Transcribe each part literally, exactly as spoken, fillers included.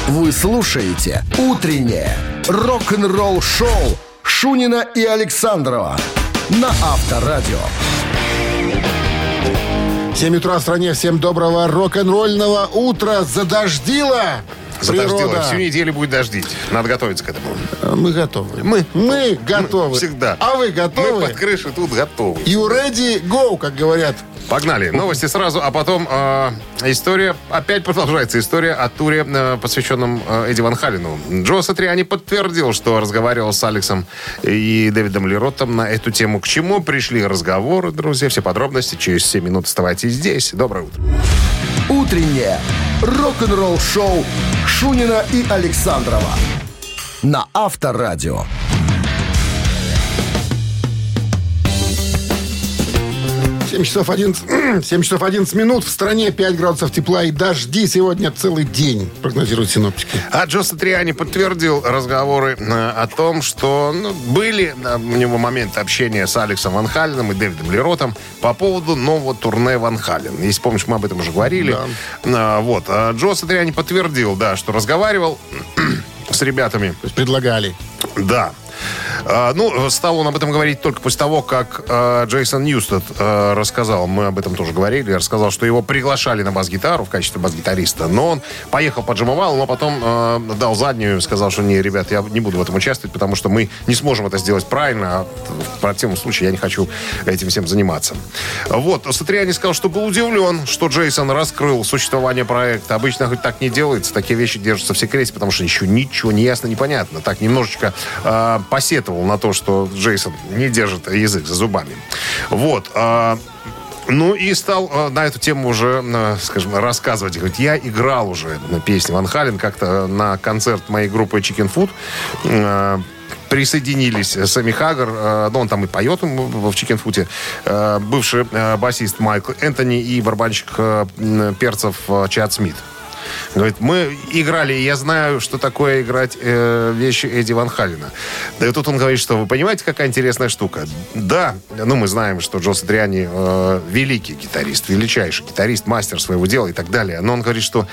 Вы слушаете «Утреннее рок-н-ролл-шоу» Шунина и Александрова на Авторадио. семь утра в стране. Всем доброго рок-н-ролльного утра. Задождило. Задождило. Всю неделю будет дождить. Надо готовиться к этому. Мы готовы. Мы. Мы готовы. Мы всегда. А вы готовы? Мы под крышей тут готовы. You ready, go, как говорят. Погнали. Новости сразу, а потом э, история, опять продолжается история о туре, э, посвященном э, Эдди Ван Халлену. Джо Сатриани подтвердил, что разговаривал с Алексом и Дэвидом Ли Роттом на эту тему. К чему пришли разговоры, друзья? Все подробности через семь минут. Оставайтесь здесь. Доброе утро. Утреннее рок-н-ролл-шоу Шунина и Александрова на Авторадио. семь часов одиннадцать, семь часов одиннадцать минут. В стране пять градусов тепла и дожди сегодня целый день, прогнозируют синоптики. А Джо Сатриани подтвердил разговоры э, о том, что ну, были да, у него моменты общения с Алексом Ван Халеном и Дэвидом Ли Роттом по поводу нового турне Ван Хален. Если помнишь, мы об этом уже говорили. Да. Э, вот. А Джо Сатриани подтвердил, да, что разговаривал с ребятами. То есть предлагали. Да. Uh, ну, стал он об этом говорить только после того, как uh, Джейсон Ньюстед uh, рассказал, мы об этом тоже говорили, рассказал, что его приглашали на бас-гитару в качестве бас-гитариста, но он поехал, поджимовал, но потом uh, дал заднюю, сказал, что не, ребят, я не буду в этом участвовать, потому что мы не сможем это сделать правильно, а в противном случае я не хочу этим всем заниматься. Вот, Сатриани сказал, что был удивлен, что Джейсон раскрыл существование проекта. Обычно хоть так не делается, такие вещи держатся в секрете, потому что еще ничего не ясно, непонятно. Так немножечко uh, посетовал на то, что Джейсон не держит язык за зубами. Вот. А, ну и стал а, на эту тему уже, а, скажем, рассказывать. Говорит, я играл уже на песне Ван Хален как-то на концерт моей группы Chicken Food. А, присоединились Сэмми Хаггар, а, ну он там и поет в Chicken Food, а, бывший а, басист Майкл Энтони и барабанщик а, перцев а, Чад Смит. Говорит, мы играли, и я знаю, что такое играть э, вещи Эдди Ван Халена. Да и тут он говорит, что вы понимаете, какая интересная штука? Да, ну мы знаем, что Джо Сатриани э, великий гитарист, величайший гитарист, мастер своего дела и так далее. Но он говорит, что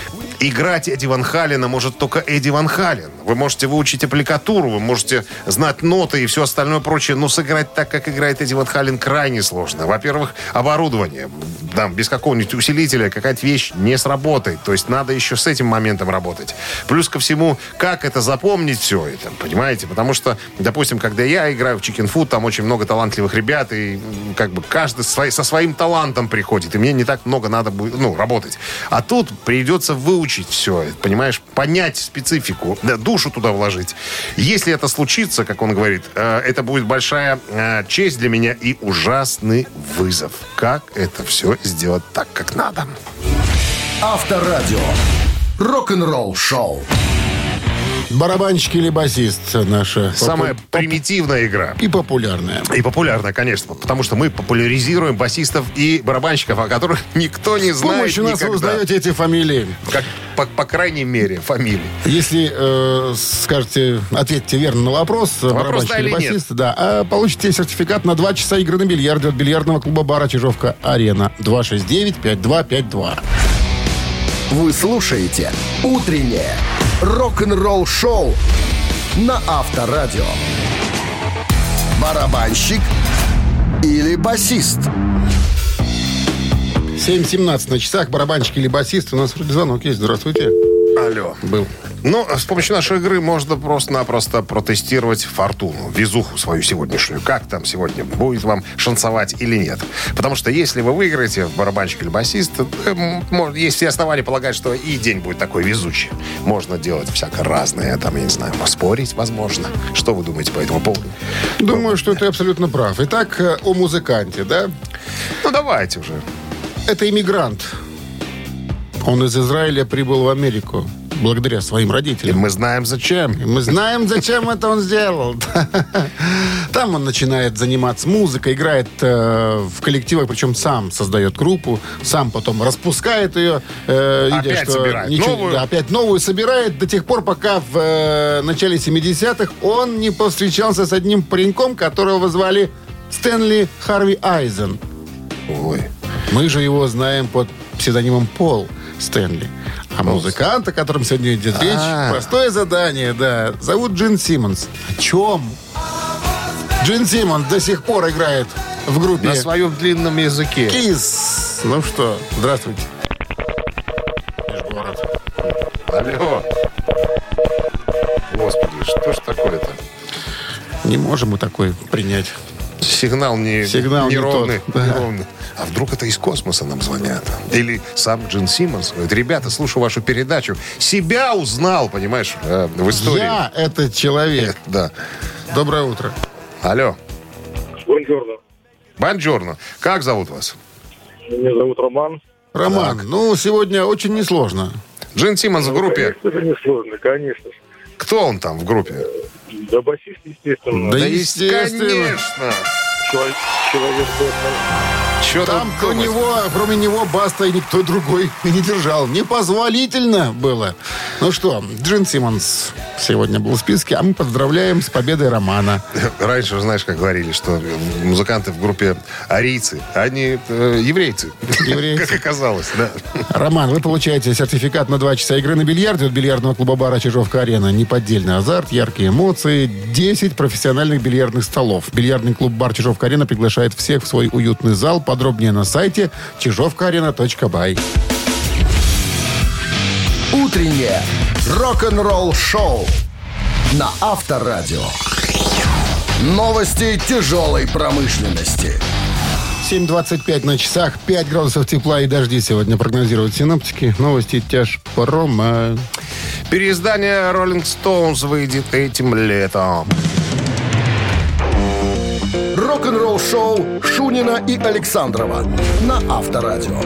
играть Эдди Ван Халена может только Эдди Ван Хален. Вы можете выучить аппликатуру, вы можете знать ноты и все остальное прочее, но сыграть так, как играет Эдди Ван Хален, крайне сложно. Во-первых, оборудование. Там, без какого-нибудь усилителя какая-то вещь не сработает. То есть надо еще с этим моментом работать. Плюс ко всему, как это запомнить все это, понимаете? Потому что, допустим, когда я играю в Chicken Food, там очень много талантливых ребят, и как бы каждый со своим талантом приходит, и мне не так много надо будет, ну, работать. А тут придется выучить все это, понимаешь? Понять специфику, да, душу туда вложить. Если это случится, как он говорит, это будет большая честь для меня и ужасный вызов. Как это все сделать так, как надо? Авторадио. Рок-н-ролл шоу. Барабанщик или басист наша. Самая поп- примитивная игра. И популярная. И популярная, конечно. Потому что мы популяризируем басистов и барабанщиков, о которых никто не С знает помощью нас вы никогда. узнаете эти фамилии. Как, по, по крайней мере, фамилии. Если э, скажете, ответьте верно на вопрос, Вопрос, да или или басист, да, а получите сертификат на два часа игры на бильярде от бильярдного клуба бара Чижовка-Арена. два шесть девять пять два пять два. Вы слушаете «Утреннее рок-н-ролл-шоу» на Авторадио. Барабанщик или басист? семь семнадцать на часах. Барабанщик или басист. У нас вроде звонок есть. Здравствуйте. Алло. Был. Ну, с помощью нашей игры можно просто-напросто протестировать фортуну, везуху свою сегодняшнюю. Как там сегодня, будет вам шансовать или нет. Потому что если вы выиграете в барабанщик или басист, есть все основания полагать, что и день будет такой везучий. Можно делать всякое разное, там, я не знаю, поспорить, возможно. Что вы думаете по этому поводу? Думаю, что ты абсолютно прав. Итак, о музыканте, да? Ну, давайте уже. Это иммигрант. Он из Израиля прибыл в Америку благодаря своим И родителям. мы знаем, зачем. И мы знаем, зачем это он сделал. Там он начинает заниматься музыкой, играет э, в коллективах, причем сам создает группу, сам потом распускает ее. Э, видя, опять что собирает ничего, новую. Да, опять новую собирает до тех пор, пока в э, начале семидесятых он не повстречался с одним пареньком, которого звали Стэнли Харви Айзен. Ой. Мы же его знаем под псевдонимом Пол Стэнли. А музыкант, о котором сегодня идет речь, А. простое задание, да. Зовут Джин Симмонс. О чем? Джин Симмонс до сих пор играет в группе На своем длинном языке. Kiss. Ну что, здравствуйте. Межгород. Алло. Господи, что ж такое-то? Не можем мы такой принять. Сигнал не, Сигнал не неровный. тот, да. неровный. А вдруг это из космоса нам звонят? Или сам Джин Симмонс говорит: ребята, слушаю вашу передачу. Себя узнал, понимаешь, э, в истории. Я этот человек. Да. Доброе утро. Алло. Бонжорно. Бонжорно. Как зовут вас? Меня зовут Роман. Роман, ну, сегодня очень несложно. Джин Симмонс в группе. Конечно же, несложно, конечно же. Кто он там в группе? Да, басист, естественно. Да, есть, естественно. конечно. Человек, человек Бэтмен. Что Там кроме него, кроме него Баста и никто другой не держал. Непозволительно было. Ну что, Джин Симмонс сегодня был в списке, а мы поздравляем с победой Романа. Раньше, знаешь, как говорили, что музыканты в группе арийцы, они э, еврейцы. Еврейцы. Как оказалось, да. Роман, вы получаете сертификат на два часа игры на бильярде от бильярдного клуба-бара «Чижовка-арена». Неподдельный азарт, яркие эмоции, десять профессиональных бильярдных столов. Бильярдный клуб-бар «Чижовка-арена» приглашает всех в свой уютный зал. Подробнее на сайте чижовка арена точка бай. Утреннее рок-н-ролл-шоу на Авторадио. Новости тяжелой промышленности. семь двадцать пять на часах, пять градусов тепла и дожди сегодня прогнозируют синоптики. Новости тяжпрома. Переиздание Rolling Stones выйдет этим летом. Рок-н-ролл-шоу Шунина и Александрова на Авторадио.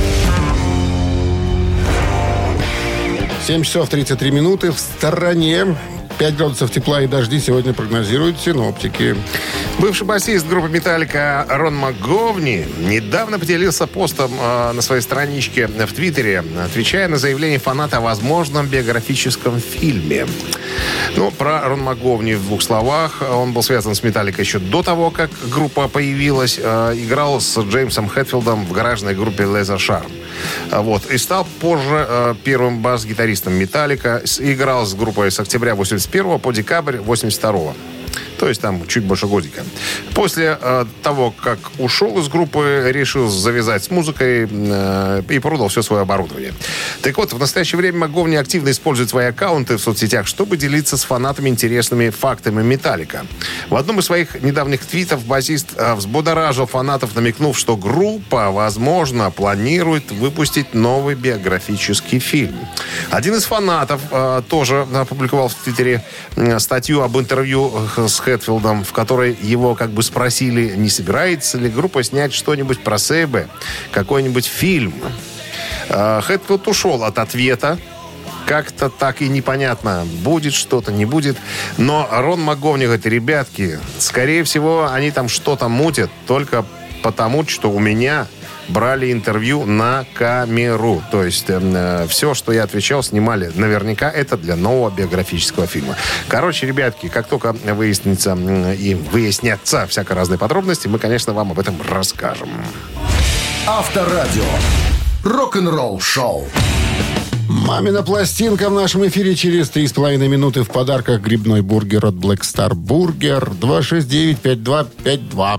семь часов тридцать три минуты в стороне. пять градусов тепла и дожди сегодня прогнозируют синоптики. Бывший басист группы «Металлика» Рон МакГовни недавно поделился постом э, на своей страничке в Твиттере, отвечая на заявление фаната о возможном биографическом фильме. Ну, про Рон МакГовни в двух словах. Он был связан с «Металликой» еще до того, как группа появилась. Э, играл с Джеймсом Хэтфилдом в гаражной группе Laser Charm. Вот. И стал позже э, первым бас-гитаристом «Металлика». Играл с группой с октября восемьдесят первого по декабрь восемьдесят второго. То есть там чуть больше годика. После э, того, как ушел из группы, решил завязать с музыкой э, и продал все свое оборудование. Так вот, в настоящее время МакГовни активно использует свои аккаунты в соцсетях, чтобы делиться с фанатами интересными фактами «Металлика». В одном из своих недавних твитов басист э, взбудоражил фанатов, намекнув, что группа, возможно, планирует выпустить новый биографический фильм. Один из фанатов э, тоже опубликовал в Твиттере э, статью об интервью с Хэтфилдом, в которой его как бы спросили, не собирается ли группа снять что-нибудь про Себе, какой-нибудь фильм. Хэтфилд ушел от ответа. Как-то так и непонятно, будет что-то, не будет. Но Рон МакГовни говорит: ребятки, скорее всего, они там что-то мутят только потому, что у меня брали интервью на камеру. То есть э, все, что я отвечал, снимали. Наверняка это для нового биографического фильма. Короче, ребятки, как только выяснится э, и выяснятся всяко разные подробности, мы, конечно, вам об этом расскажем. Авторадио. Рок-н-ролл-шоу. Мамина пластинка в нашем эфире через три с половиной минуты. В подарках грибной бургер от Black Star Burger. два шесть девять пять два пять два.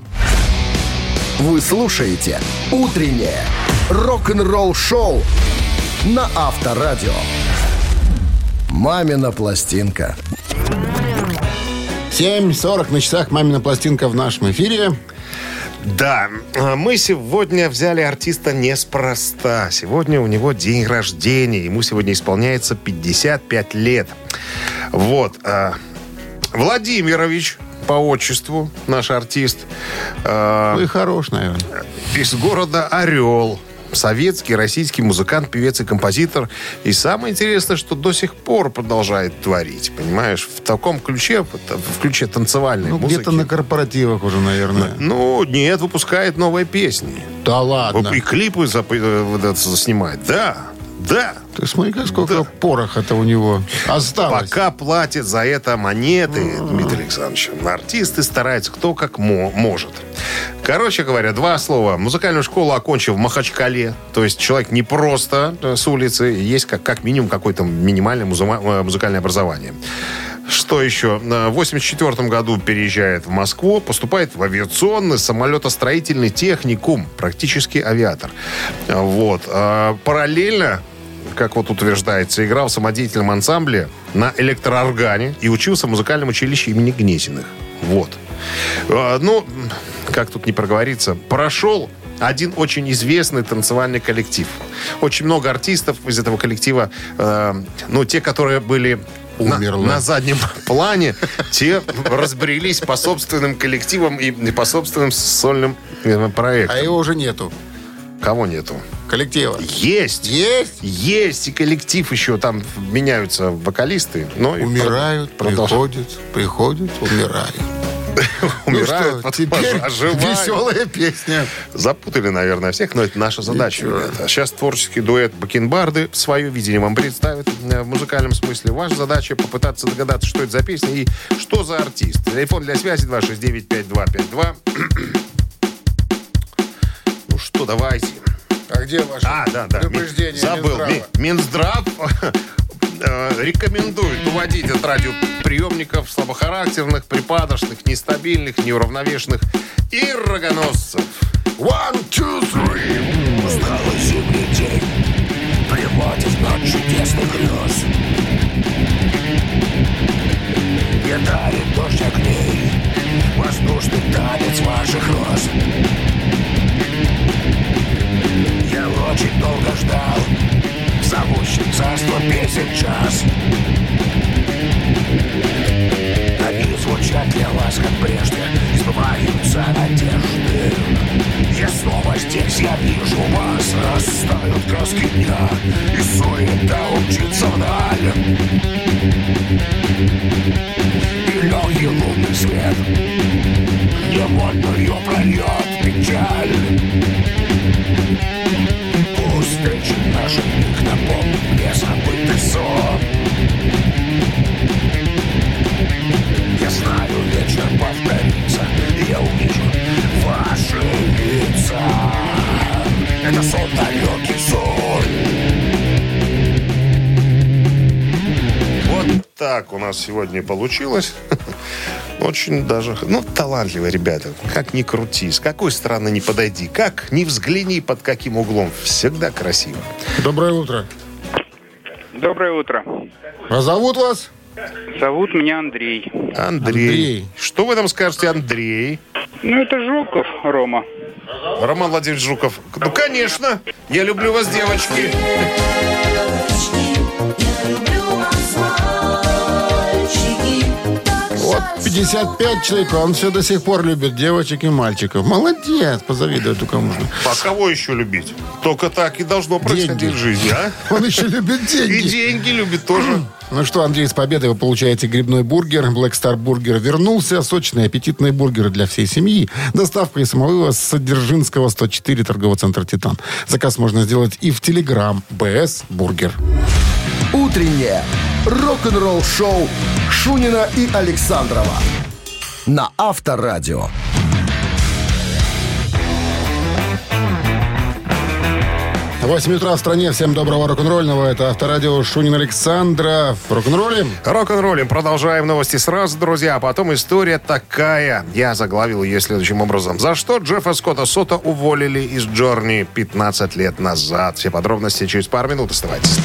Вы слушаете «Утреннее рок-н-ролл-шоу» на Авторадио. «Мамина пластинка». семь сорок на часах. Мамина пластинка в нашем эфире. Да, мы сегодня взяли артиста неспроста. Сегодня у него день рождения. Ему сегодня исполняется пятьдесят пять лет. Вот. Владимирович по отчеству, наш артист. Ну и хорош, наверное. Из города Орел. Советский, российский музыкант, певец и композитор. И самое интересное, что до сих пор продолжает творить. Понимаешь? В таком ключе, в ключе танцевальной Ну, музыки. где-то на корпоративах уже, наверное. Ну, нет, выпускает новые песни. Да ладно. И клипы зап- вот это снимает. Да, да. Ты смотри, сколько Да. пороха-то у него осталось. Пока платят за это монеты, Дмитрий Александрович, артисты стараются кто как мо- может. Короче говоря, два слова. Музыкальную школу окончил в Махачкале. То есть человек не просто с улицы. Есть как, как минимум какое-то минимальное музыма- музыкальное образование. Что еще? В восемьдесят четвёртом году переезжает в Москву, поступает в авиационный самолетостроительный техникум, практически авиатор. Вот. Параллельно, как вот утверждается, играл в самодеятельном ансамбле на электрооргане и учился в музыкальном училище имени Гнесиных. Вот. Ну, как тут не проговориться, прошел один очень известный танцевальный коллектив. Очень много артистов из этого коллектива, э, ну, те, которые были на, на заднем плане, те разбрелись по собственным коллективам и по собственным сольным проектам. А его уже нету. Кого нету? Коллектива. Есть. Есть? Есть. И коллектив еще, там меняются вокалисты. Но умирают, приходят, приходят, умирают. Умирают, ну потом теперь оживают. Веселая песня. Запутали, наверное, всех, но это наша задача. Ребята. Сейчас творческий дуэт Бакенбарды свое видение вам представит в музыкальном смысле. Ваша задача попытаться догадаться, что это за песня и что за артист. Телефон для связи два шесть девять пять два пять два. Ну что, давайте. А где ваше а, да, да. предупреждение Забыл. Минздрава? Минздрав рекомендует уводить от радиоприемников слабохарактерных, припадочных, нестабильных, неуравновешенных и рогоносцев. One, two, three. Усталый зимний день приводит ночь чудесных грез. Не дарит дождь огней, воздушный танец ваших роз. Я очень долго ждал зовущий царство песен час. Они звучат для вас, как прежде, сбываются надежды. Я снова здесь, я вижу вас. Растают краски дня, и суета умчится вдаль. И легкий лунный свет невольную прольет печаль. Встречи наших них напомнит мне забытый сон. Я знаю, вечер повторится, и я увижу ваши лица. Это сон, далекий сон. Вот так у нас сегодня получилось. Очень даже, ну, талантливые ребята. Как ни крути, с какой стороны ни подойди, как ни взгляни под каким углом. Всегда красиво. Доброе утро. Доброе утро. А зовут вас? Зовут меня Андрей. Андрей. Андрей. Что вы там скажете, Андрей? Ну, это Жуков, Рома. Роман Владимирович Жуков. Ну, конечно. Я люблю вас, девочки. Вот пятьдесят пять человек, он все до сих пор любит девочек и мальчиков. Молодец, позавидовать только можно. А кого еще любить? Только так и должно происходить Деньги. в жизни, а? Он еще любит деньги. И деньги любит тоже. Ну что, Андрей, с победой вы получаете грибной бургер. Black Star Burger вернулся. Сочные, аппетитные бургеры для всей семьи. Доставка и самовывоз с Дзержинского, сто четыре, торговый центр «Титан». Заказ можно сделать и в Телеграм. БС Бургер. Утреннее рок-н-ролл-шоу Шунина и Александрова на Авторадио. восемь утра в стране. Всем доброго рок-н-ролльного. Это Авторадио Шунин Александров. Рок-н-роллим? Рок-н-роллим. Продолжаем новости сразу, друзья. А потом история такая. Я заглавил ее следующим образом. За что Джеффа Скотта Сота уволили из Джорни пятнадцать лет назад? Все подробности через пару минут. Оставайтесь.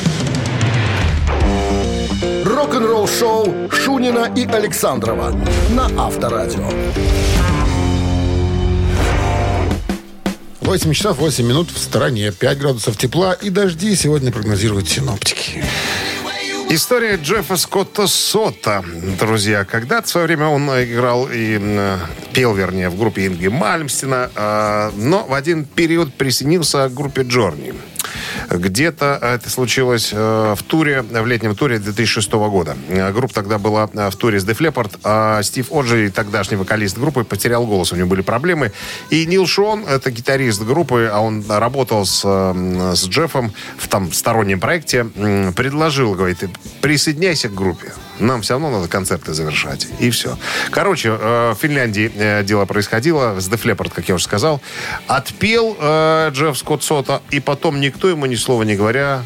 Рок-н-ролл-шоу Шунина и Александрова на Авторадио. восемь часов восемь минут в стороне. пять градусов тепла и дожди сегодня прогнозируют синоптики. История Джеффа Скотта Сота, друзья. Когда-то в свое время он играл и э, пел, вернее, в группе Инги Мальмстена, э, но в один период присоединился к группе Джорни. Где-то это случилось э, в туре, в летнем туре две тысячи шестого года. Группа тогда была в туре с Def Leppard, а Стив Оджи, тогдашний вокалист группы, потерял голос, у него были проблемы. И Нил Шон, это гитарист группы, а он работал с, с Джеффом в там стороннем проекте, предложил, говорит, присоединяйся к группе. Нам все равно надо концерты завершать. И все. Короче, э, в Финляндии э, дело происходило. С Def Leppard, как я уже сказал. Отпел э, Джефф Скотт Сота. И потом никто ему ни слова не говоря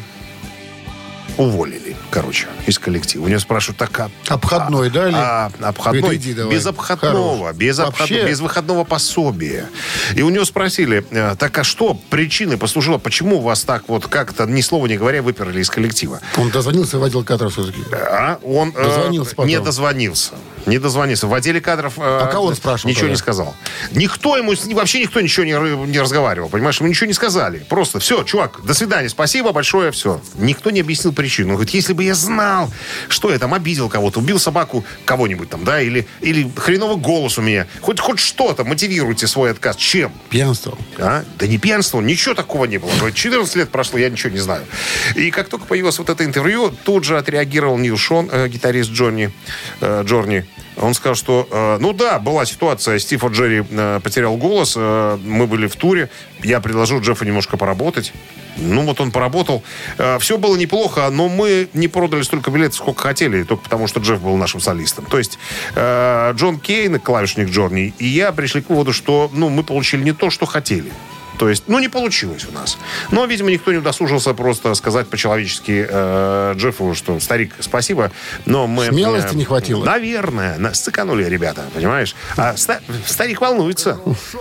уволили, короче, из коллектива. У него спрашивают, так... А, Обходной, а, да? Или? А, обходной, Говорит, иди давай. без обходного, без, обходного без выходного пособия. И у него спросили, так а что причиной послужило, почему вас так вот как-то, ни слова не говоря, выперли из коллектива? Он дозвонился в отдел кадров все-таки? А, он дозвонился э, не дозвонился. Не дозвонился. В отделе кадров э, а кого он спрашивал ничего тогда? Не сказал. Никто ему, вообще никто ничего не, не разговаривал, понимаешь? Ему ничего не сказали. Просто все, чувак, до свидания, спасибо большое, все. Никто не объяснил причину. Он говорит, если бы я знал, что я там обидел кого-то, убил собаку кого-нибудь там, да, или, или хреновый голос у меня, хоть, хоть что-то, мотивируйте свой отказ. Чем? Пьянство. А? Да не пьянство, ничего такого не было. четырнадцать лет прошло, я ничего не знаю. И как только появилось вот это интервью, тут же отреагировал Нил Шон, э, гитарист Джонни, э, Джорни. Он сказал, что, э, ну да, была ситуация, Стив О'Джерри э, потерял голос, э, мы были в туре, я предложил Джеффу немножко поработать. Ну, вот он поработал. Э, все было неплохо, но мы не продали столько билетов, сколько хотели, только потому, что Джефф был нашим солистом. То есть э, Джон Кейн, клавишник Джорни, и я пришли к выводу, что, ну, мы получили не то, что хотели. То есть, ну, не получилось у нас. Но, видимо, никто не удосужился просто сказать по-человечески э, Джеффу, что, старик, спасибо, но мы... Смелости э, не хватило. Наверное. Нас сэкономили, ребята, понимаешь? А ста- старик волнуется.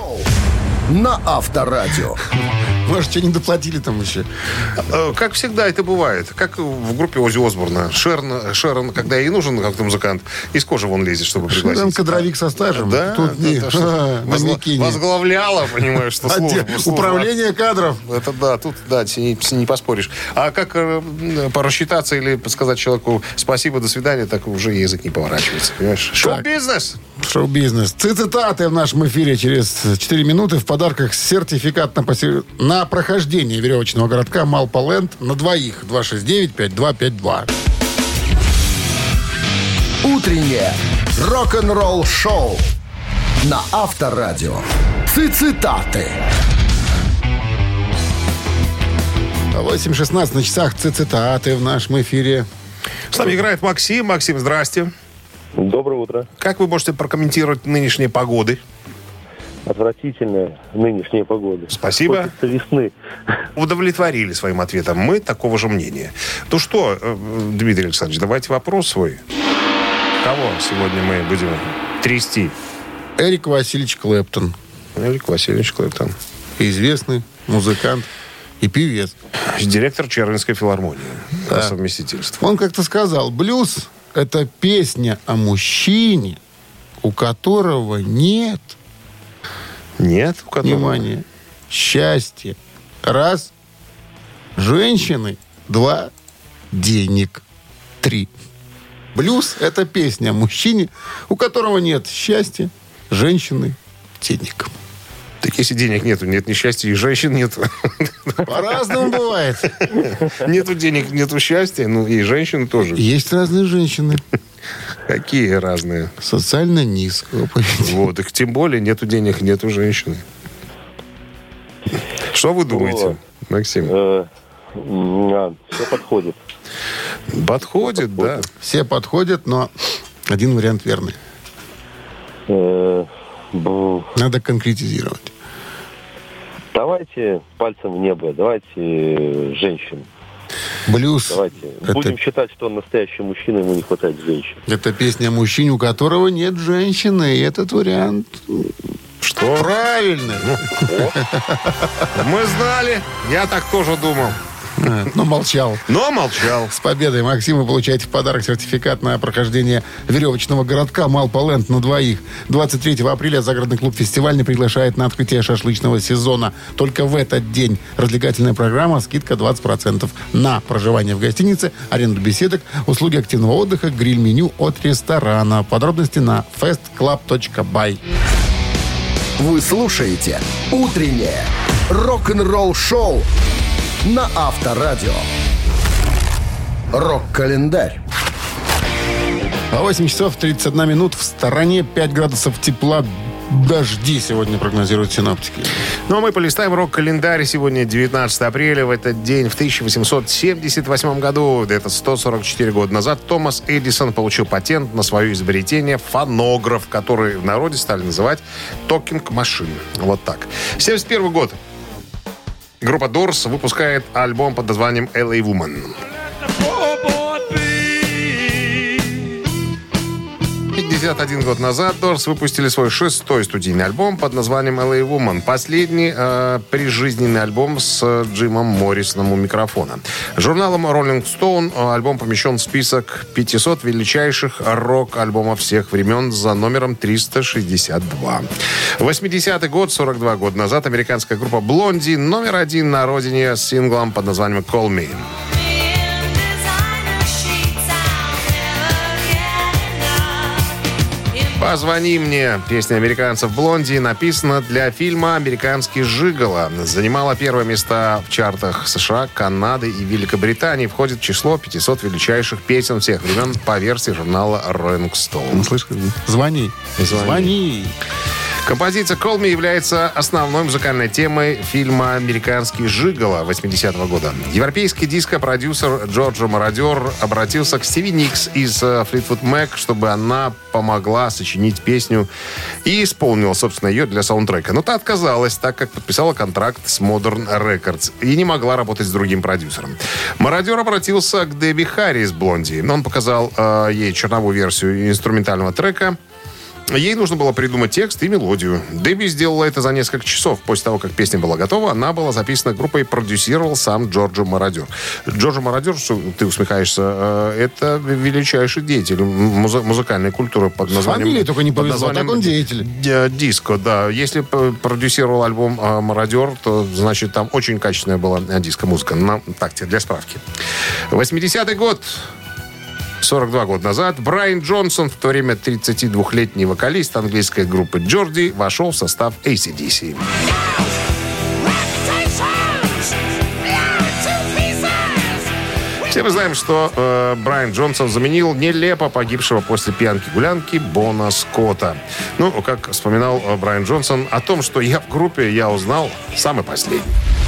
На Авторадио. Может, что не доплатили там еще? Э, Как всегда это бывает. Как в группе Оззи Осборна. Шерон, Шерон, когда ей нужен как-то музыкант, из кожи вон лезет, чтобы пригласить. Там кадровик со стажем. Да, Тут да, не, да, что а, на возгла- Микине. возглавляла, понимаешь, что Отдел- служба, служба. Управление кадров. Это да, тут да, с ней, с ней не поспоришь. А как э, порасчитаться или сказать человеку спасибо, до свидания, так уже язык не поворачивается, понимаешь? Шоу-бизнес! Шоу-бизнес. Цитаты в нашем эфире через четыре минуты. В подарках сертификат на, посе... на прохождение веревочного городка Малполенд на двоих. два шесть девять пять два пять два. Утреннее рок-н-ролл-шоу на Авторадио. Цитаты. восемь шестнадцать на часах. Цитаты в нашем эфире. С нами играет Максим. Максим, здрасте. Доброе утро. Как вы можете прокомментировать нынешние погоды? Отвратительная нынешняя погода. Спасибо. Хочется весны. Удовлетворили своим ответом. Мы такого же мнения. Ну что, э, Дмитрий Александрович, давайте вопрос свой. Кого сегодня мы будем трясти? Эрик Васильевич Клэптон. Эрик Васильевич Клэптон. Известный музыкант и певец. Директор Червинской филармонии. Да. По совместительству. Он как-то сказал, блюз — это песня о мужчине, у которого нет, Нет? У которого? внимание, счастья. Раз. Женщины. Два. Денег. Три. Блюз — это песня о мужчине, у которого нет счастья, женщины, денег. Так если денег нету, нет ни счастья, и женщин нету. По-разному бывает. Нету денег, нету счастья, ну и женщин тоже. Есть разные женщины. Какие разные. Социально низкого поведения. Вот, их тем более нету денег, нету женщины. Что вы думаете, Максим? Э, а, все подходит. Подходит, да. Все подходят, но один вариант верный. Э, бу. Надо конкретизировать. Давайте пальцем в небо, давайте э, женщин. Блюз Давайте. это, Будем считать, что он настоящий мужчина, ему не хватает женщин. это песня о мужчине, у которого нет женщины. И этот вариант Что? правильный. Мы знали. Я так тоже думал. А, Но молчал. Но молчал. С победой, Максим, вы получаете в подарок сертификат на прохождение веревочного городка Малполенд на двоих. двадцать третьего апреля загородный клуб «Фестивальный» приглашает на открытие шашлычного сезона. Только в этот день развлекательная программа, скидка двадцать процентов на проживание в гостинице, аренду беседок, услуги активного отдыха, гриль-меню от ресторана. Подробности на фест клаб точка бай. Вы слушаете «Утреннее рок-н-ролл-шоу» на Авторадио. Рок-календарь. восемь часов тридцать одна минут. В стороне пять градусов тепла Дожди сегодня прогнозируют синоптики. Ну, а мы полистаем рок-календарь. Сегодня девятнадцатое апреля. В этот день, в тысяча восемьсот семьдесят восьмом году, это сто сорок четыре года назад, Томас Эдисон получил патент на свое изобретение фонограф, который в народе стали называть «Talking Machine». Вот так. семьдесят первый год. Группа Doors выпускает альбом под названием «эл эй Woman». пятьдесят один год назад Doors выпустили свой шестой студийный альбом под названием «эл эй Woman». Последний э, прижизненный альбом с Джимом Моррисоном у микрофона. Журналом Rolling Stone альбом помещен в список пятисот величайших рок-альбомов всех времен за номером триста шестьдесят два. восьмидесятый год, сорок два года назад, американская группа Blondie номер один на родине с синглом под названием «Call Me». «Позвони мне». Песня американцев «Блонди» написана для фильма «Американский жиголо». Занимала первые места в чартах США, Канады и Великобритании. Входит в число пятисот величайших песен всех времен по версии журнала Rolling Stone. Слышь, звони. Звони. Звони. Композиция «Call Me» является основной музыкальной темой фильма «Американский жиголо» восьмидесятого года. Европейский диско-продюсер Джорджо Мародер обратился к Стиви Никс из Fleetwood Mac, чтобы она помогла сочинить песню и исполнила, собственно, ее для саундтрека. Но та отказалась, так как подписала контракт с Modern Records и не могла работать с другим продюсером. Мародер обратился к Дебби Харри из «Блонди». Он показал э, ей черновую версию инструментального трека. Ей нужно было придумать текст и мелодию. Дебби сделала это за несколько часов. После того, как песня была готова, она была записана группой и продюсировал сам Джорджо Мародер. Джорджо Мародер, что ты усмехаешься, это величайший деятель музы- музыкальной культуры под названием... Фамилии только не повезло, так он деятель. Диско, да. Если продюсировал альбом Мародер, то, значит, там очень качественная была диско-музыка. Ну, так тебе, для справки. восьмидесятый год. сорок два года назад Брайан Джонсон, в то время тридцатидвухлетний вокалист английской группы Джорди, вошел в состав эй си ди си. Все мы знаем, что э, Брайан Джонсон заменил нелепо погибшего после пьянки-гулянки Бона Скотта. Ну, как вспоминал э, Брайан Джонсон, о том, что я в группе, я узнал самый последний.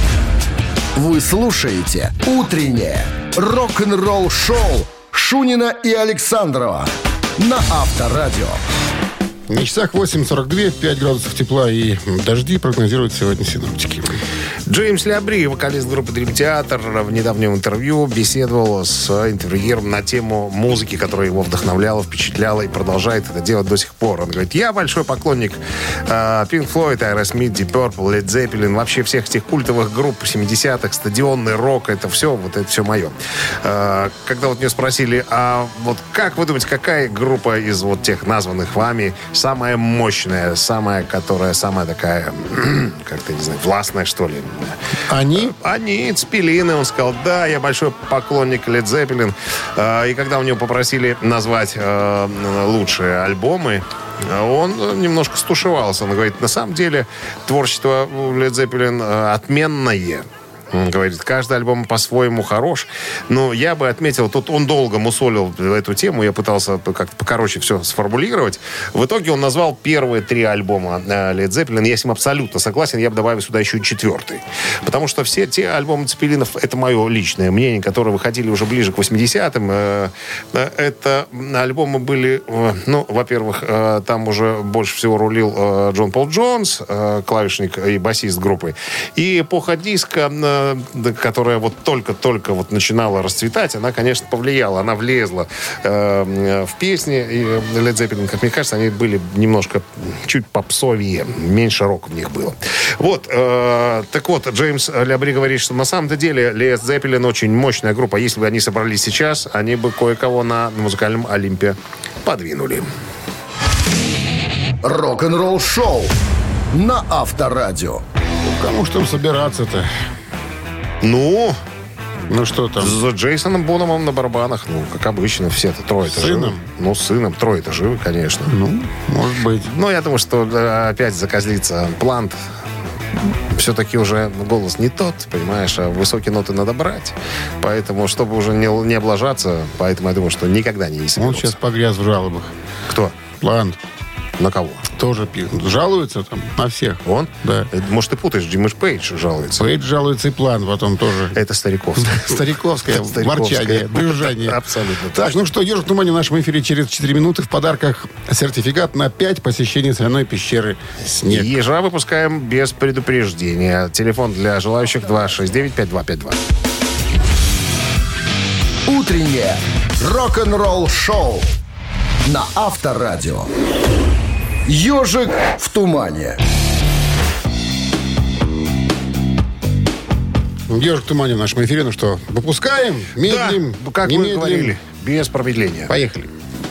Вы слушаете «Утреннее рок-н-ролл-шоу» Шунина и Александрова на Авторадио. На часах восемь сорок два, пять градусов тепла и дожди прогнозируют сегодня синоптики. Джеймс Лябри, вокалист группы Dream Theater, в недавнем интервью беседовал с интервьюером на тему музыки, которая его вдохновляла, впечатляла и продолжает это делать до сих пор. Он говорит: я большой поклонник э, Pink Floyd, Aerosmith, Deep Purple, Led Zeppelin, вообще всех этих культовых групп семидесятых, стадионный рок, это все, вот это все мое. Э, когда вот меня спросили, а вот как вы думаете, какая группа из вот тех названных вами самая мощная, самая, которая самая такая, как-то, не знаю, властная, что ли? Они? Они, Цпелины. Он сказал: да, я большой поклонник Led Zeppelin. И когда у него попросили назвать лучшие альбомы, он немножко стушевался. Он говорит: на самом деле творчество Led Zeppelin отменное. Он говорит, каждый альбом по-своему хорош. Но я бы отметил, тут он долго мусолил эту тему. Я пытался как-то покороче все сформулировать. В итоге он назвал первые три альбома Led Zeppelin. Я с ним абсолютно согласен. Я бы добавил сюда еще и четвертый. Потому что все те альбомы Цпелинов, это мое личное мнение, которые выходили уже ближе к восьмидесятым. Это альбомы были, ну, во-первых, там уже больше всего рулил Джон Пол Джонс, клавишник и басист группы. И эпоха диска, которая вот только-только вот начинала расцветать, она, конечно, повлияла. Она влезла э, в песни. И Led Zeppelin, как мне кажется, они были немножко чуть попсовее. Меньше рока в них было. Вот. Э, так вот, Джеймс Лябри говорит, что на самом-то деле Led Zeppelin очень мощная группа. Если бы они собрались сейчас, они бы кое-кого на музыкальном Олимпе подвинули. Рок-н-ролл-шоу на Авторадио. Кому ж там собираться-то? Ну... Ну что там? За Джейсоном Бономом на барабанах. Ну, как обычно, все-то трое-то живы. Сыном? Ну, с сыном. Трое-то живы, конечно. Ну, может быть. Ну, я думаю, что э, опять закозлится Плант. Все-таки уже голос не тот, понимаешь, а высокие ноты надо брать. Поэтому, чтобы уже не, не облажаться, поэтому я думаю, что никогда не есть. Он сейчас погряз в жалобах. Кто? Плант. На кого? тоже пишет. Жалуется там на всех. Он? Да. Э, Может, ты путаешь, Джимми Пейдж жалуется. Пейдж жалуется, и План потом тоже. Это Стариковский. Стариковское ворчание, брюзжание. Абсолютно. Так, ну что, «Ежик в тумане» в нашем эфире через четыре минуты. В подарках сертификат на пять посещений соляной пещеры «Снег». Ежа выпускаем без предупреждения. Телефон для желающих два шесть девять пять два пять два. Утреннее рок-н-ролл-шоу на Авторадио. «Ежик в тумане». «Ежик в тумане» в нашем эфире. Ну что, выпускаем, медлим, Да, как не вы медлим. говорили, без промедления. Поехали.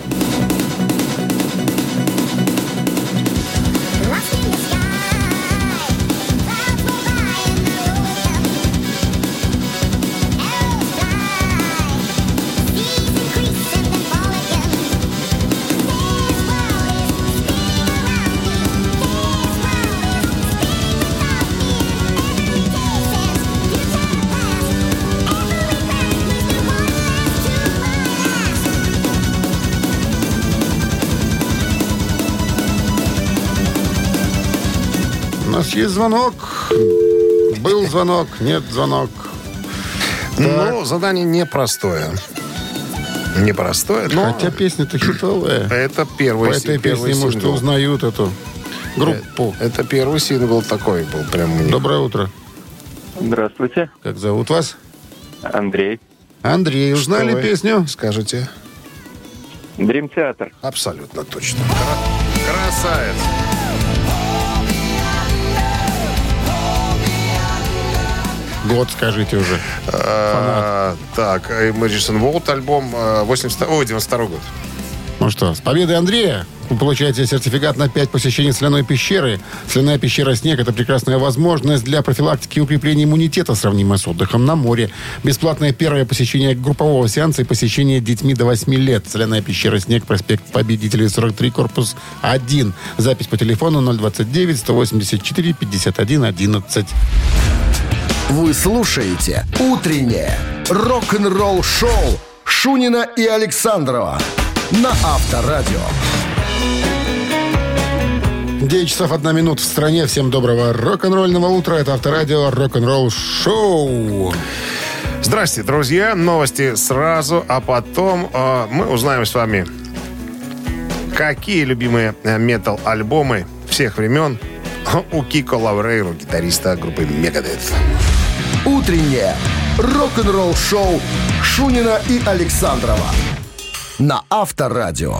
У нас есть звонок. Был звонок, нет звонок. Ну, задание непростое. Непростое, но Хотя песня-то хитовая. это первый, По этой первый песне, может, сингл. узнают эту группу. Это первый сингл такой был. Прям у них. Доброе утро. Здравствуйте, Как зовут вас? Андрей. Андрей. Узнали Что вы песню? Скажите. Дрим Театр. Абсолютно точно. Кра- Красавец. Год скажите уже. А, так, Imagine World альбом э, восемьдесят, ой, девяносто второй год. Ну что, с победой Андрея! Вы получаете сертификат на пять посещений соляной пещеры. Соляная пещера «Снег» — это прекрасная возможность для профилактики и укрепления иммунитета, сравнимая с отдыхом на море. Бесплатное первое посещение группового сеанса и посещение детьми до восьми лет. Соляная пещера «Снег», проспект Победителей, сорок три, корпус один. Запись по телефону ноль двадцать девять сто восемьдесят четыре пятьдесят один одиннадцать. Вы слушаете «Утреннее рок-н-ролл-шоу» Шунина и Александрова на Авторадио. девять часов одна минута в стране. Всем доброго рок-н-ролльного утра. Это Авторадио рок-н-ролл шоу. Здрасте, друзья. Новости сразу, а потом э, мы узнаем с вами, какие любимые э, метал-альбомы всех времен у Кико Лаврейро, гитариста группы Мегадет. Утреннее рок-н-ролл-шоу Шунина и Александрова на Авторадио.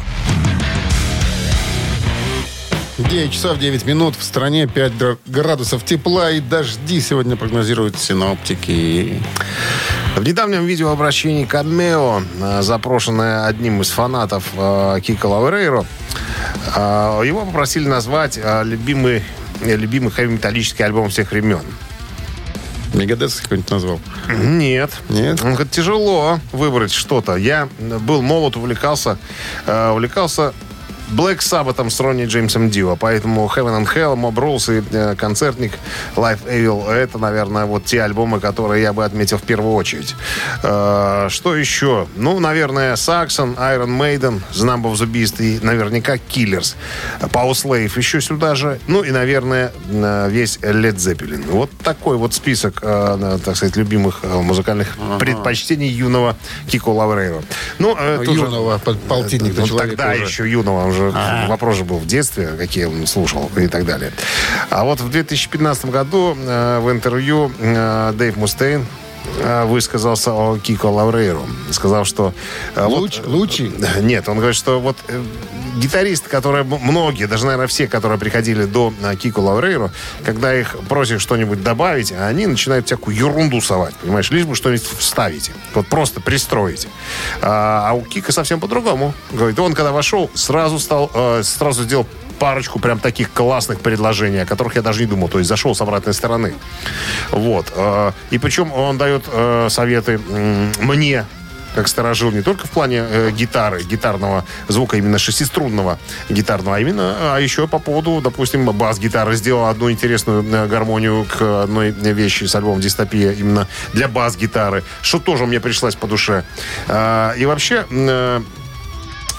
девять часов девять минут. В стране пять градусов тепла и дожди сегодня прогнозируют синоптики. В недавнем видеообращении камео, э, запрошенное одним из фанатов э, Кико Лаврейро, э, его попросили назвать э, любимый, э, любимый хэви-металлический альбом всех времен. Мегадет какой-нибудь назвал? Нет. Нет? Он говорит, тяжело выбрать что-то. Я был молод, увлекался, э, увлекался Black Sabbath с Ронни Джеймсом Дио. Поэтому Heaven and Hell, Mob Rules и э, концертник Live Evil — это, наверное, вот те альбомы, которые я бы отметил в первую очередь. Э, что еще? Ну, наверное, Saxon, Iron Maiden, The Number of the Beast и наверняка Killers. Power Slave еще сюда же. Ну и, наверное, э, весь Led Zeppelin. Вот такой вот список, э, так сказать, любимых э, музыкальных ага. предпочтений юного Кико Лаврейро. Ну, э, Ну, тоже- юного под- полтинника ну, человека тогда уже. еще юного, он же А. вопрос же был в детстве, какие он слушал и так далее. А вот в две тысячи пятнадцатом году э, в интервью э, Дэйв Мустейн э, высказался о Кико Лаврейро. Сказал, что... э, Луч, вот, Лучи? э, Нет, он говорит, что вот э, гитаристы, которые, м- многие, даже, наверное, все, которые приходили до э, Кико Лаврейро, когда их просишь что-нибудь добавить, они начинают всякую ерунду совать, понимаешь, лишь бы что-нибудь вставить. Вот просто пристроить. А, а у Кика совсем по-другому. Говорит, он, когда вошел, сразу стал, э, сразу сделал парочку прям таких классных предложений, о которых я даже не думал. То есть зашел с обратной стороны. Вот. э, И причем он дает э, советы м, мне, как сторожил, не только в плане э, гитары, гитарного звука, именно шестиструнного гитарного, а именно, а еще по поводу, допустим, бас-гитары. Сделал одну интересную э, гармонию к одной вещи с альбомом «Дистопия» именно для бас-гитары, что тоже мне пришлось по душе. Э, и вообще... Э,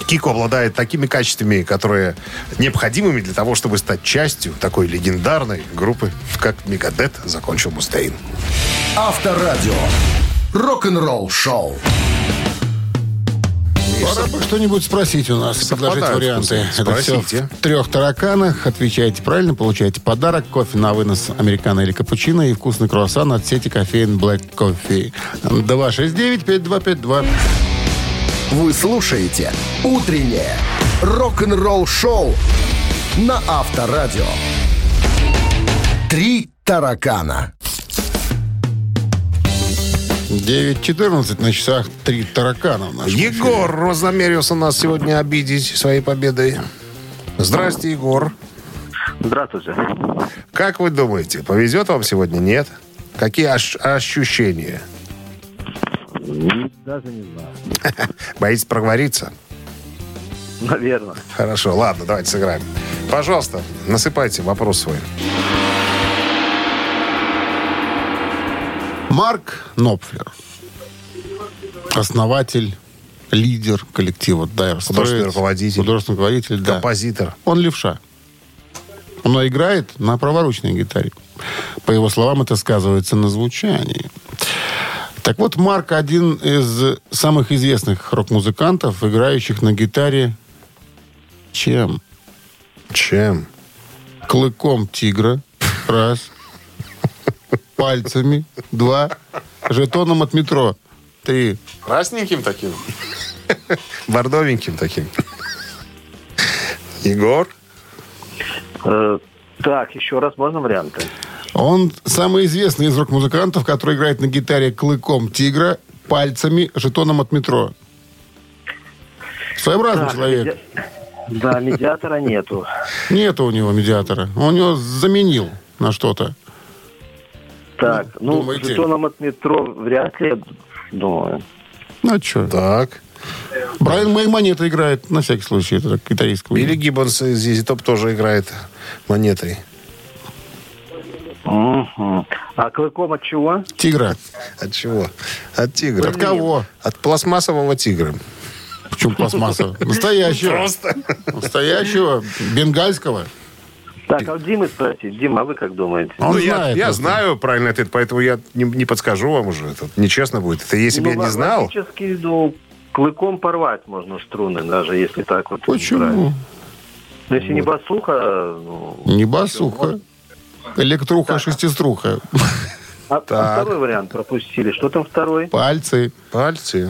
Кико обладает такими качествами, которые необходимыми для того, чтобы стать частью такой легендарной группы, как Мегадет, закончил Мустейн. Авторадио. Рок-н-ролл шоу. Пора бы что-нибудь спросить у нас, предложить варианты. Это все Спросите. в трех тараканах. Отвечаете правильно, получаете подарок. Кофе на вынос американо или капучино и вкусный круассан от сети кофеин Black Coffee. два шесть девять пять два пять два. Вы слушаете «Утреннее рок-н-ролл-шоу» на Авторадио. Три таракана. девять четырнадцать на часах, три таракана в нашем Егор вознамерился нас сегодня обидеть своей победой. Здрасте, Егор. Здравствуйте. Как вы думаете, повезет вам сегодня? Нет? Какие ощ- ощущения? Даже не знаю. Боитесь проговориться? Наверное. Хорошо, ладно, давайте сыграем. Пожалуйста, насыпайте вопрос свой. Марк Knopfler, основатель, лидер коллектива Dire Straits, Художественный руководитель. художественный руководитель, да. Композитор. Он левша. Он играет на праворучной гитаре. По его словам, это сказывается на звучании. Так вот, Марк один из самых известных рок-музыкантов, играющих на гитаре чем? Чем? Клыком тигра. Раз. Пальцами. Два. Жетоном от метро. Три. Красненьким таким? Бордовеньким таким? Егор? Э, так, еще раз можно варианты? Он самый известный из рок-музыкантов, который играет на гитаре клыком тигра, пальцами, жетоном от метро. Своеобразный Так, человек. меди- Да, медиатора нету. Нету у него медиатора. Он его заменил на что-то. Так, ну, думаете? жетоном от метро вряд ли, думаю. Ну, что? Так. Брайан Мэй монета играет, на всякий случай. Это гитаристка. Билли Гиббонс из Зизи Топ тоже играет монетой. Мгм. А клыком от чего? Тигра. От чего? От тигра. От кого? От пластмассового тигра. Почему пластмассового? Настоящего. Просто. Настоящего. Бенгальского. Так, а у Димы спросить. Дима, а вы как думаете? Он Ну, я, знает. я просто. знаю правильный ответ, поэтому я не, не подскажу вам уже. Это нечестно будет. Это если бы Ну, я не знал. логически, ну, клыком порвать можно струны, даже если так вот. Почему? Ну, если не басуха, ну... Не басуха. Электруха, шестиструха. А, а Так. второй вариант пропустили. Что там второй? Пальцы. Пальцы.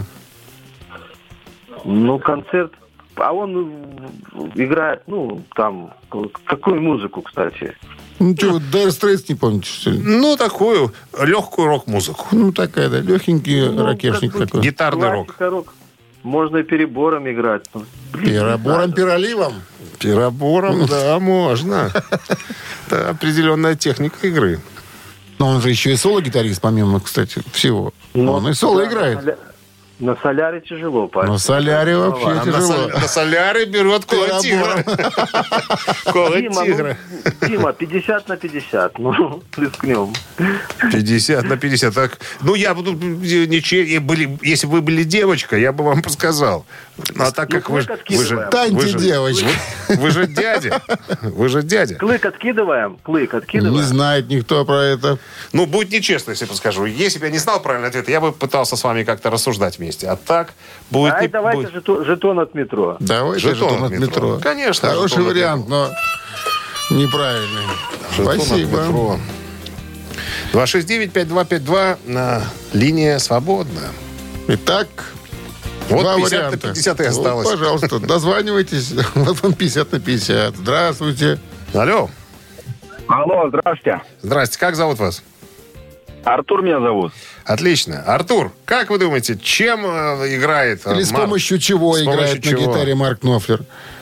Ну, концерт. А он играет, ну, там, какую музыку, кстати? Ну, что, вы Dire Straits не помните, что ли? Ну, такую легкую рок-музыку. Ну, такая, да, легенький Ну, ракешник как бы такой. Гитарный рок. Классика, рок. Можно и перебором играть. Ну, блин, Перебором, переливом. Пиробором, да, можно. Это определенная техника игры. Но он же еще и соло-гитарист, помимо, кстати, всего. ну, Он и соло да, играет. На, соля- на соляре тяжело, парень. На соляре вообще А на, тяжело. сол- на соляре берет кола тигра. Кола Дима, тигра. ну, Дима, пятьдесят на пятьдесят. Ну, рискнем. пятьдесят на пятьдесят. Так, ну, я буду... ничего- и были- Если бы вы были девочка, я бы вам подсказал. А так Ну, как вы, ж- клык вы же... откидываем. Таньте, вы же- девочки. Вы, вы же дядя. Вы же дядя. Клык откидываем? Клык Не откидываем? знает никто про это. Ну, будет нечестно, если подскажу. Если бы я не знал правильный ответ, я бы пытался с вами как-то рассуждать вместе. А так будет... Ай, не- давайте будет- жетон, жетон от метро. Давайте Жетон жетон от от метро. метро. Конечно, Хороший жетон от вариант, но неправильный. Жетон от Спасибо. метро. два шесть девять пять два пять два. На линия свободна. Итак, Вот два пятьдесят на варианта. пятьдесят и осталось. Вот, пожалуйста, дозванивайтесь. Вот он пятьдесят на пятьдесят. Здравствуйте. Алло. Алло, здравствуйте. Здрасте. Как зовут вас? Артур меня зовут. Отлично. Артур, как вы думаете, чем э, играет э, Или с Марк? помощью чего С помощью играет на чего? гитаре Марк Knopfler?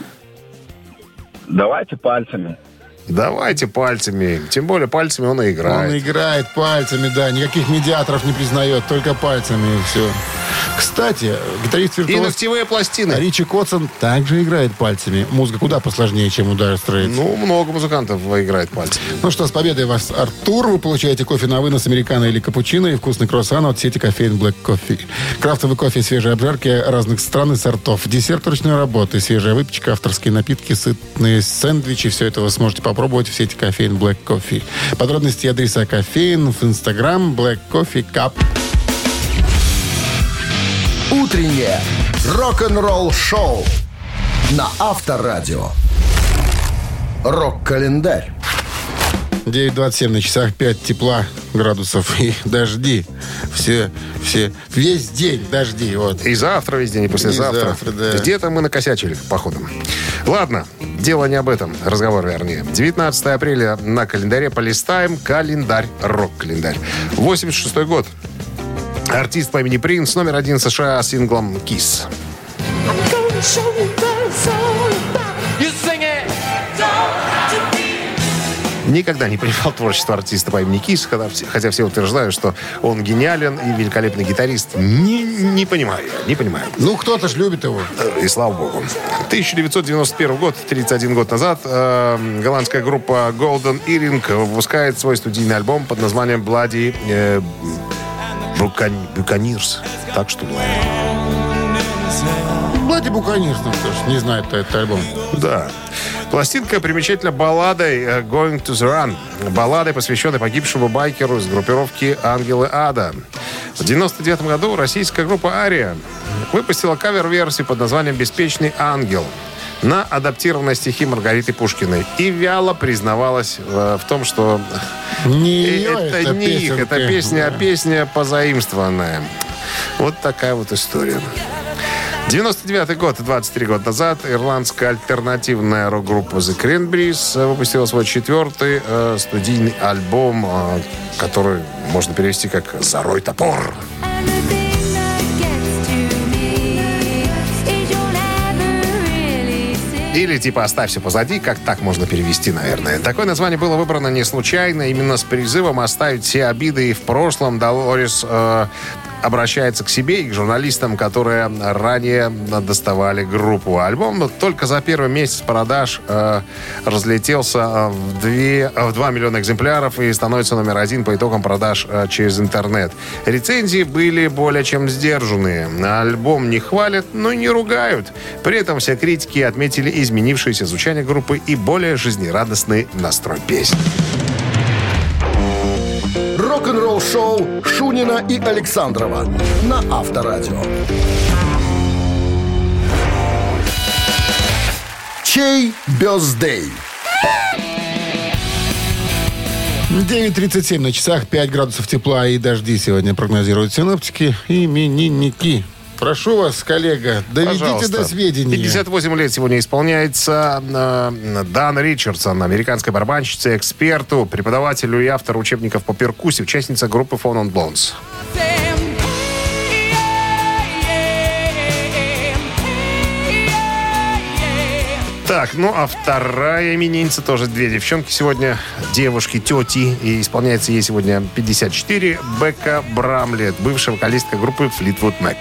Давайте пальцами. Давайте пальцами. Тем более пальцами он и играет. Он играет пальцами, да. Никаких медиаторов не признает, только пальцами и все. Кстати, гитарист И виртуоз ногтевые пластины. Ричи Котсон также играет пальцами. Музыка куда посложнее, чем у Dire Straits. Ну, много музыкантов играет пальцами. Ну что, с победой вас, Артур. Вы получаете кофе на вынос, американо или капучино и вкусный круассан от сети кофеин Black Coffee. Крафтовый кофе, свежие обжарки разных стран и сортов. Десерт ручной работы, свежая выпечка, авторские напитки, сытные сэндвичи. Все это вы сможете попробовать в сети кофеин Black Coffee. Подробности и адреса кофеин в Instagram Black Coffee Cup. Утреннее рок-н-ролл-шоу на Авторадио. Рок-календарь. девять двадцать семь на часах, пять тепла градусов и дожди. Все, все, весь день дожди. Вот. И завтра весь день, и послезавтра. И завтра, да. Где-то мы накосячили, походу. Ладно, дело не об этом. Разговор, вернее. девятнадцатое апреля на календаре полистаем. Календарь, рок-календарь. восемьдесят шестой год. Артист по имени Принц, номер один США с синглом «Kiss». Никогда не понимал творчество артиста по имени Кис, хотя, хотя все утверждают, что он гениален и великолепный гитарист. Не, не понимаю, не понимаю. Ну, кто-то ж любит его. И слава богу. тысяча девятьсот девяносто первый год, тридцать один год назад, э, голландская группа Golden Earring выпускает свой студийный альбом под названием Bloody э, Buccaneers. Так что ли? Bloody Buccaneers, ну кто ж не знает этот альбом. Да. Пластинка примечательна балладой «Going to the Run». Балладой, посвященной погибшему байкеру из группировки «Ангелы Ада». В девяносто девятом году российская группа «Ария» выпустила кавер-версию под названием «Беспечный ангел» на адаптированные стихи Маргариты Пушкиной. И вяло признавалась э, в том, что не ее это, это не их, песенка. это песня, Да. а песня позаимствованная. Вот такая вот история. девяносто девятый год, двадцать три года назад, ирландская альтернативная рок-группа The Cranberries выпустила свой четвертый э, студийный альбом, э, который можно перевести как «Зарой топор». Или типа «Оставь все позади», как так можно перевести, наверное. Такое название было выбрано не случайно. Именно с призывом оставить все обиды и в прошлом Долорес э, обращается к себе и к журналистам, которые ранее доставали группу. Альбом только за первый месяц продаж э, разлетелся в, две, в два миллиона экземпляров и становится номер один по итогам продаж э, через интернет. Рецензии были более чем сдержанные. Альбом не хвалят, но и не ругают. При этом все критики отметили изменившееся звучание группы и более жизнерадостный настрой песен. Рок-н-ролл-шоу Шунина и Александрова на Авторадио. Чей бёздей? девять тридцать семь на часах, пять градусов тепла и дожди сегодня прогнозируют синоптики. Именинники. Прошу вас, коллега, доведите Пожалуйста. до сведения. пятьдесят восемь лет сегодня исполняется э, Дан Ричардсон, американской барабанщице, эксперту, преподавателю и автору учебников по перкуссии, участница группы Phone on Blondes. Так, ну а вторая именинница, тоже две девчонки сегодня, девушки, тети, и исполняется ей сегодня пятьдесят четыре, Бекка Брамлет, бывшая вокалистка группы Fleetwood Mac.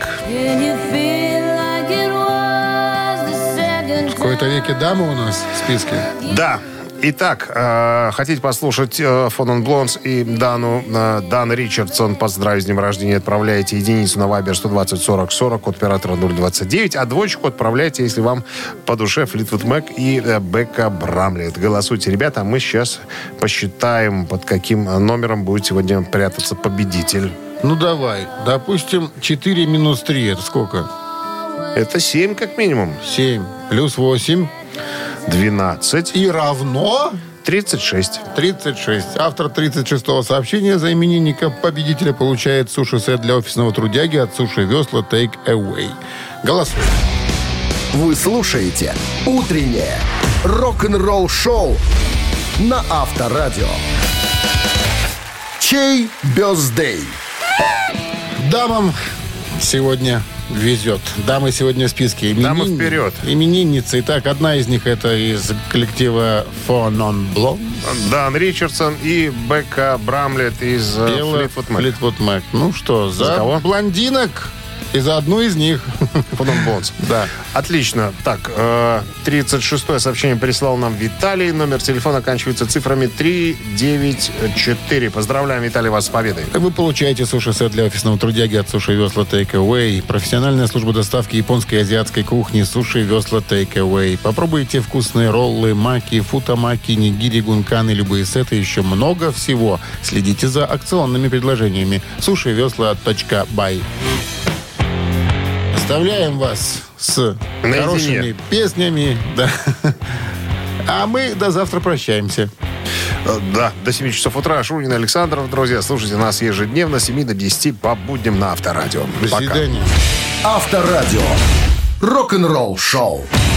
В какой-то веке дамы у нас в списке. Да. Итак, э, хотите послушать э, Phone on Blondes и Дану, э, Дан Ричардсон, поздравить с днем рождения, отправляйте единицу на Viber сто двадцать сорок сорок, код оператора ноль двадцать девять, а двоечку отправляйте, если вам по душе Fleetwood Mac и э, Бекка Брамлет. Голосуйте, ребята, а мы сейчас посчитаем, под каким номером будет сегодня прятаться победитель. Ну давай, допустим, четыре минус три, это сколько? Это семь как минимум. семь плюс восемь. двенадцать. И равно тридцать шесть. тридцать шесть. Автор тридцать шестого сообщения за именинника победителя получает суши-сет для офисного трудяги от Суши Весла Take Away. Голосуем. Вы слушаете «Утреннее рок-н-ролл-шоу» на Авторадио. Чей бёздей? Дамам сегодня везет. Дамы сегодня в списке. Именин... Дамы вперед. Именинницы. Итак, одна из них это из коллектива Phone on Blondes. Дан Ричардсон и Бекка Брамлет из э, Белая Fleetwood Mac. Fleetwood Mac. Ну что, за, За кого? блондинок И за одну из них. Потом бонус. Да. Отлично. Так, э, тридцать шестое сообщение прислал нам Виталий. Номер телефона оканчивается цифрами три девять четыре. Поздравляем, Виталий, вас с победой. Вы получаете суши-сет для офисного трудяги от Суши Весла Take Away. Профессиональная служба доставки японской и азиатской кухни Суши Весла Take Away. Попробуйте вкусные роллы, маки, футамаки, нигири, гунканы, любые сеты, еще много всего. Следите за акционными предложениями. сушивесла.бай. Оставляем вас с Наедине. хорошими песнями. Да. А мы до завтра прощаемся. Э, Да, до семи часов утра. Шунин, Александров, друзья. Слушайте нас ежедневно с семи до десяти по будням на Авторадио. До Пока. свидания. Авторадио. Рок-н-ролл шоу.